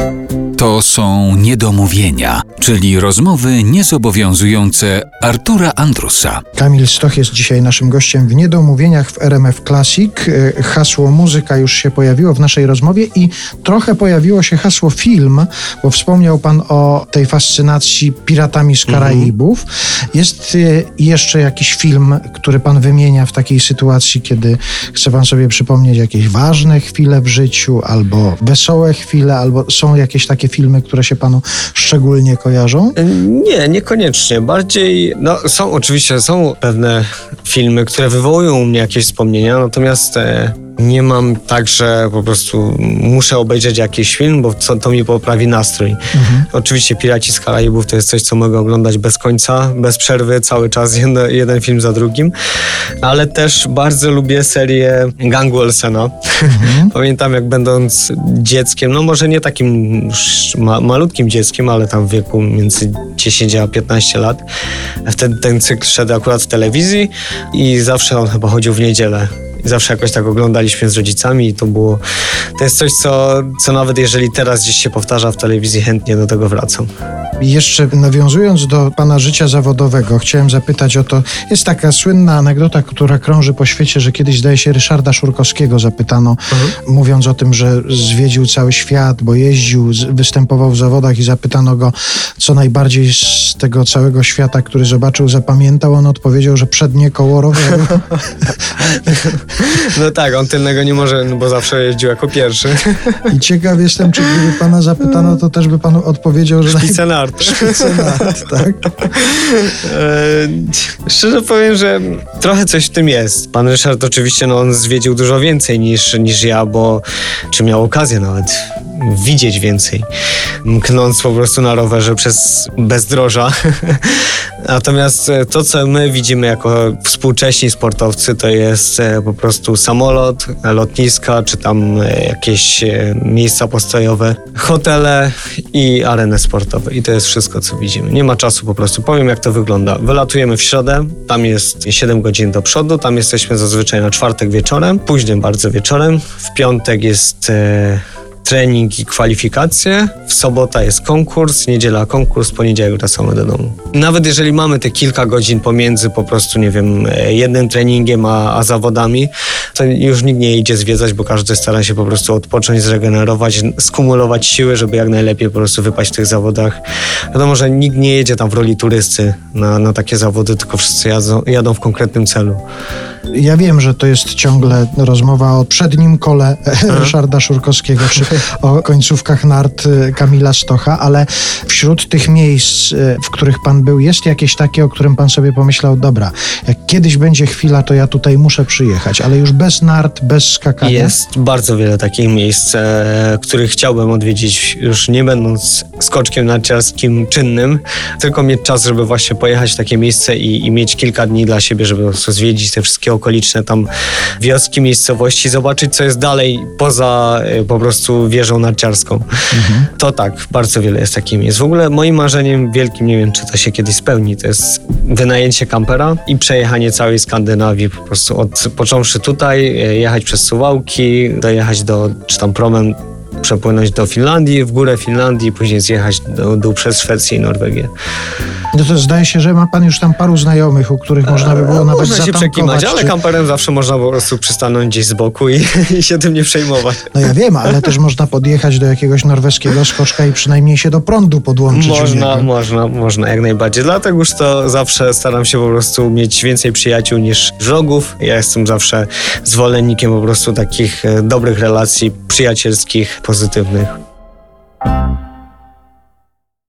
To są niedomówienia, czyli rozmowy niezobowiązujące Artura Andrusa. Kamil Stoch jest dzisiaj naszym gościem w Niedomówieniach w RMF Classic. Hasło muzyka już się pojawiło w naszej rozmowie i trochę pojawiło się hasło film, bo wspomniał pan o tej fascynacji piratami z Karaibów. Jest jeszcze jakiś film, który pan wymienia w takiej sytuacji, kiedy chce pan sobie przypomnieć jakieś ważne chwile w życiu, albo wesołe chwile, albo są jakieś takie filmy, które się panu szczególnie kojarzą? Nie, niekoniecznie. Bardziej, są pewne filmy, które wywołują u mnie jakieś wspomnienia, natomiast nie mam tak, że po prostu muszę obejrzeć jakiś film, bo to mi poprawi nastrój. Oczywiście Piraci z Karaibów to jest coś, co mogę oglądać bez końca, bez przerwy, cały czas, jeden film za drugim. Ale też bardzo lubię serię Gangu Olsena. Pamiętam, jak będąc dzieckiem, no może nie takim malutkim dzieckiem, ale tam w wieku między 10 a 15 lat. Wtedy ten cykl szedł akurat w telewizji i zawsze on chyba chodził w niedzielę. Zawsze jakoś tak oglądaliśmy z rodzicami i to jest coś, co nawet jeżeli teraz gdzieś się powtarza w telewizji, chętnie do tego wracam. Jeszcze nawiązując do pana życia zawodowego, chciałem zapytać o to, jest taka słynna anegdota, która krąży po świecie, że kiedyś, zdaje się, Ryszarda Szurkowskiego zapytano, mówiąc o tym, że zwiedził cały świat, bo jeździł, występował w zawodach i zapytano go, co najbardziej z tego całego świata, który zobaczył, zapamiętał. On odpowiedział, że przednie koło roweru. No tak, on tylnego nie może, bo zawsze jeździł jako pierwszy. I ciekaw jestem, czy gdyby pana zapytano, to też by panu odpowiedział, że... Szpice nart, tak? Szczerze powiem, że trochę coś w tym jest. Pan Ryszard oczywiście, on zwiedził dużo więcej niż ja, czy miał okazję nawet widzieć więcej, mknąc po prostu na rowerze przez bezdroża. Natomiast to, co my widzimy jako współcześni sportowcy, to jest po prostu samolot, lotniska, czy tam jakieś miejsca postojowe, hotele i areny sportowe. I to jest wszystko, co widzimy. Nie ma czasu po prostu. Powiem, jak to wygląda. Wylatujemy w środę, tam jest 7 godzin do przodu, tam jesteśmy zazwyczaj na czwartek wieczorem, późnym bardzo wieczorem. W piątek jest trening i kwalifikacje, w sobota jest konkurs, niedziela konkurs, poniedziałek wracamy do domu. Nawet jeżeli mamy te kilka godzin pomiędzy po prostu, nie wiem, jednym treningiem a zawodami, to już nikt nie idzie zwiedzać, bo każdy stara się po prostu odpocząć, zregenerować, skumulować siły, żeby jak najlepiej po prostu wypaść w tych zawodach. Wiadomo, że nikt nie jedzie tam w roli turysty na takie zawody, tylko wszyscy jadą w konkretnym celu. Ja wiem, że to jest ciągle rozmowa o przednim kole Ryszarda Szurkowskiego, czy o końcówkach nart Kamila Stocha, ale wśród tych miejsc, w których pan był, jest jakieś takie, o którym pan sobie pomyślał, dobra, jak kiedyś będzie chwila, to ja tutaj muszę przyjechać, ale już bez nart, bez skakania? Jest bardzo wiele takich miejsc, których chciałbym odwiedzić, już nie będąc skoczkiem narciarskim czynnym, tylko mieć czas, żeby właśnie pojechać w takie miejsce i mieć kilka dni dla siebie, żeby po prostu zwiedzić te wszystkie okoliczne tam wioski, miejscowości, zobaczyć, co jest dalej poza po prostu wieżą narciarską. To tak, bardzo wiele jest takich miejsc. W ogóle moim marzeniem wielkim, nie wiem, czy to się kiedyś spełni, to jest wynajęcie kampera i przejechanie całej Skandynawii, po prostu począwszy tutaj, jechać przez Suwałki, dojechać czy tam promem przepłynąć do Finlandii, w górę Finlandii, później zjechać do dół przez Szwecję i Norwegię. No to zdaje się, że ma pan już tam paru znajomych, u których można by było nawet można się przekimać, ale kamperem zawsze można po prostu przystanąć gdzieś z boku i się tym nie przejmować. No ja wiem, ale też można podjechać do jakiegoś norweskiego skoczka i przynajmniej się do prądu podłączyć. Można, jak najbardziej. Dlatego już to zawsze staram się po prostu mieć więcej przyjaciół niż wrogów. Ja jestem zawsze zwolennikiem po prostu takich dobrych relacji przyjacielskich, pozytywnych.